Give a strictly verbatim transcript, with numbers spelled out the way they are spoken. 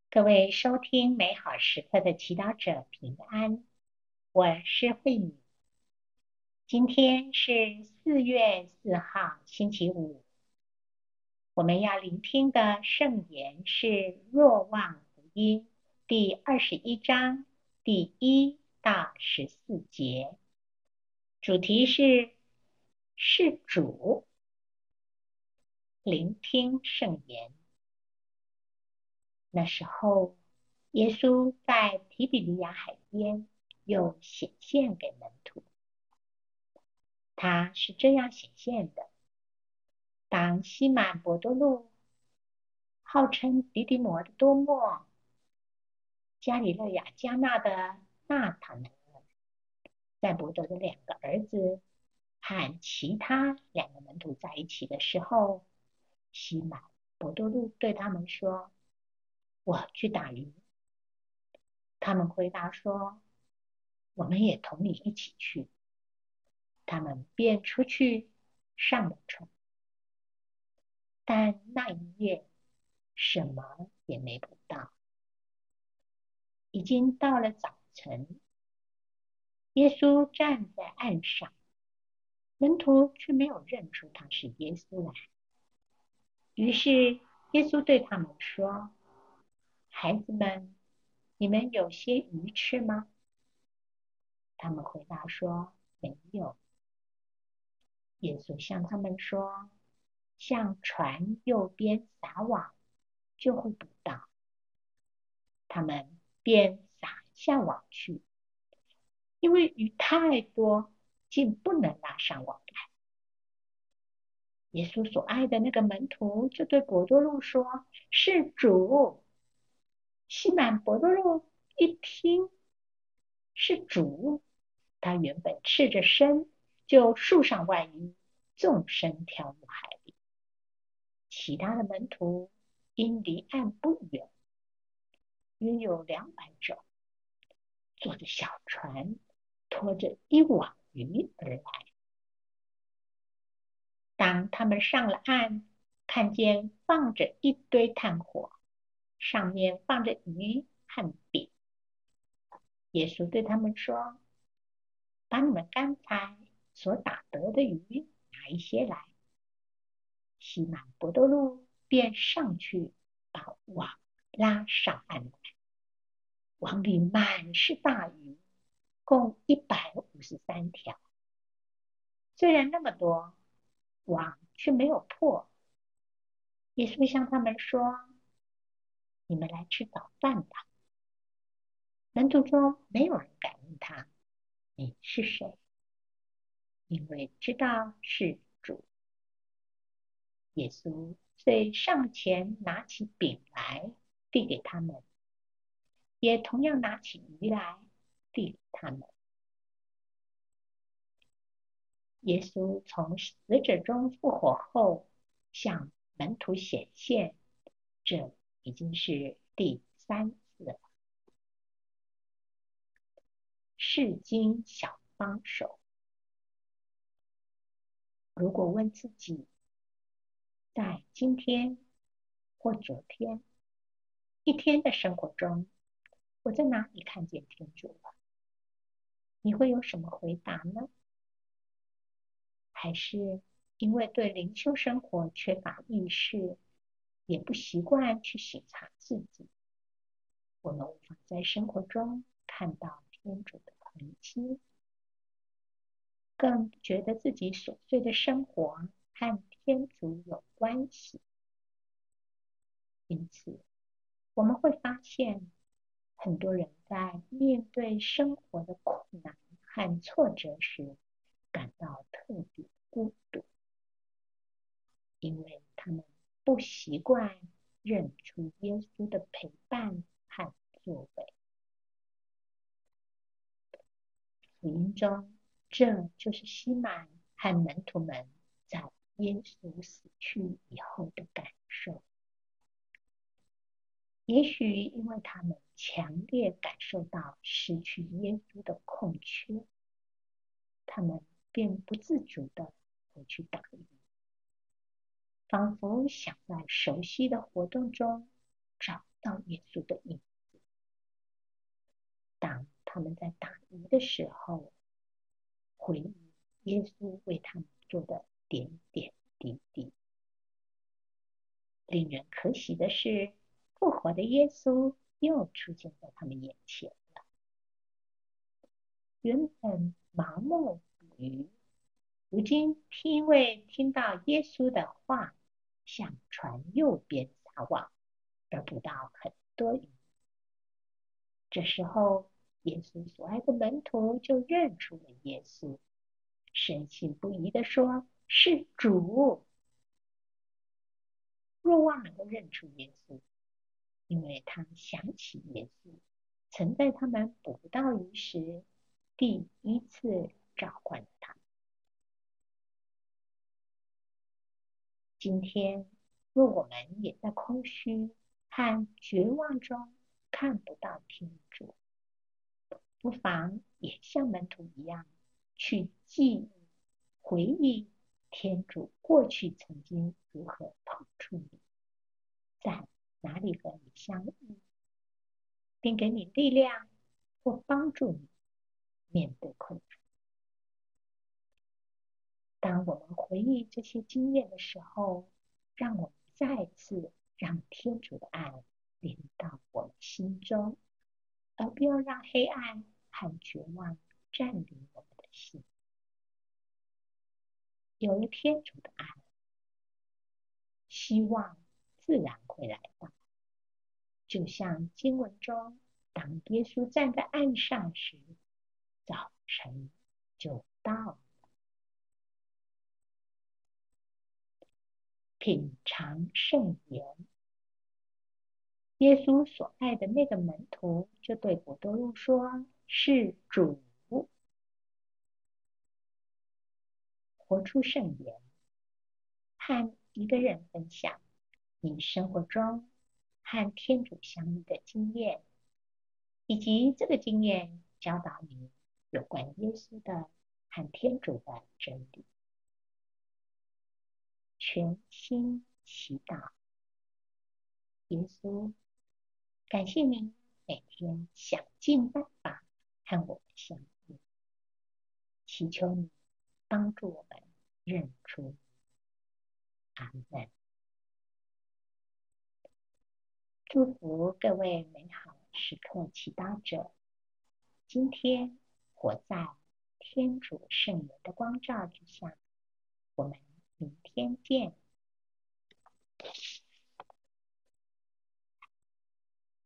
各位收听美好时刻的祈祷者平安，我是慧敏。今天是四月四号，星期五。我们要聆听的圣言是《若望福音》第二十一章第一到十四节，主题是是主。聆听圣言。那时候，耶稣在提比利亚海边又显现给门徒。他是这样显现的：当西满伯多禄，号称迪迪摩的多默，加里肋亚迦纳的纳塔乃耳，在伯多的两个儿子和其他两个门徒在一起的时候，西满伯多禄对他们说：我去打鱼。他们回答说：我们也同你一起去。他们便出去上了船，但那一夜什么也没捕到。已经到了早晨，耶稣站在岸上，门徒却没有认出他是耶稣来。于是耶稣对他们说：孩子们，你们有些鱼吃吗？他们回答说：没有。耶稣向他们说：向船右边撒网，就会捕到。他们便撒下网去，因为鱼太多，竟不能拉上网来。耶稣所爱的那个门徒就对伯多禄说：是主。西满伯多禄一听是主，他原本赤着身，就束上外衣，纵身跳入海里。其他的门徒因离岸不远，约有两百肘，坐着小船，拖着一网鱼而来。当他们上了岸，看见放着一堆炭火，上面放着鱼和饼。耶稣对他们说：把你们刚才所打得的鱼拿一些来。西满伯多禄便上去把网拉上岸来，网里满是大鱼，共一百五十三条。虽然那么多，网却没有破。耶稣向他们说：你们来吃早饭吧。门徒中没有人敢问他：你是谁？因为知道是主。耶稣遂上前拿起饼来，递给他们，也同样拿起鱼来，递给他们。耶稣从死者中复活后，向门徒显现，这已经是第三次了。释经小帮手。如果问自己，在今天或昨天一天的生活中，我在哪里看见天主了？你会有什么回答呢？还是因为对灵修生活缺乏意识，也不习惯去省察自己，我们无法在生活中看到天主的痕迹，更觉得自己琐碎的生活和天主有关系。因此，我们会发现，很多人在面对生活的困难和挫折时，感到特别孤独，因为他们不习惯认出耶稣的陪伴和作为。福音中，这就是西满和门徒们在耶稣死去以后的感受。也许因为他们强烈感受到失去耶稣的空缺，他们便不自主地回去打鱼，仿佛想在熟悉的活动中找到耶稣的影子。当他们在打鱼的时候，回忆耶稣为他们做的点点滴滴。令人可喜的是，复活的耶稣又出现在他们眼前了。原本盲目捕鱼，如今因为听到耶稣的话，向船右边撒网，而捕到很多鱼。这时候，耶稣所爱的门徒就认出了耶稣，深信不疑地说：“是主。”若望能够认出耶稣，因为他想起耶稣曾在他们捕不到鱼时第一次召唤他。今天，若我们也在空虚和绝望中看不到天主，不妨也像门徒一样，去记忆、回忆天主过去曾经如何碰触你，在哪里和你相遇，并给你力量或帮助你面对困难。当我们回忆这些经验的时候，让我们再次让天主的爱临到我们心中，而不要让黑暗和绝望占领我们的心。有了天主的爱，希望自然会来到。就像经文中，当耶稣站在岸上时，早晨就到了。品尝圣言，耶稣所爱的那个门徒就对伯多禄说：“是主。”活出圣言，和一个人分享你生活中和天主相遇的经验，以及这个经验教导你有关耶稣的和天主的真理。全心祈祷，耶稣，感谢您每天想尽办法和我们相遇，祈求你帮助我们认出。阿们。祝福各位美好时刻祈祷者，今天活在天主圣言的光照之下。我们明天见。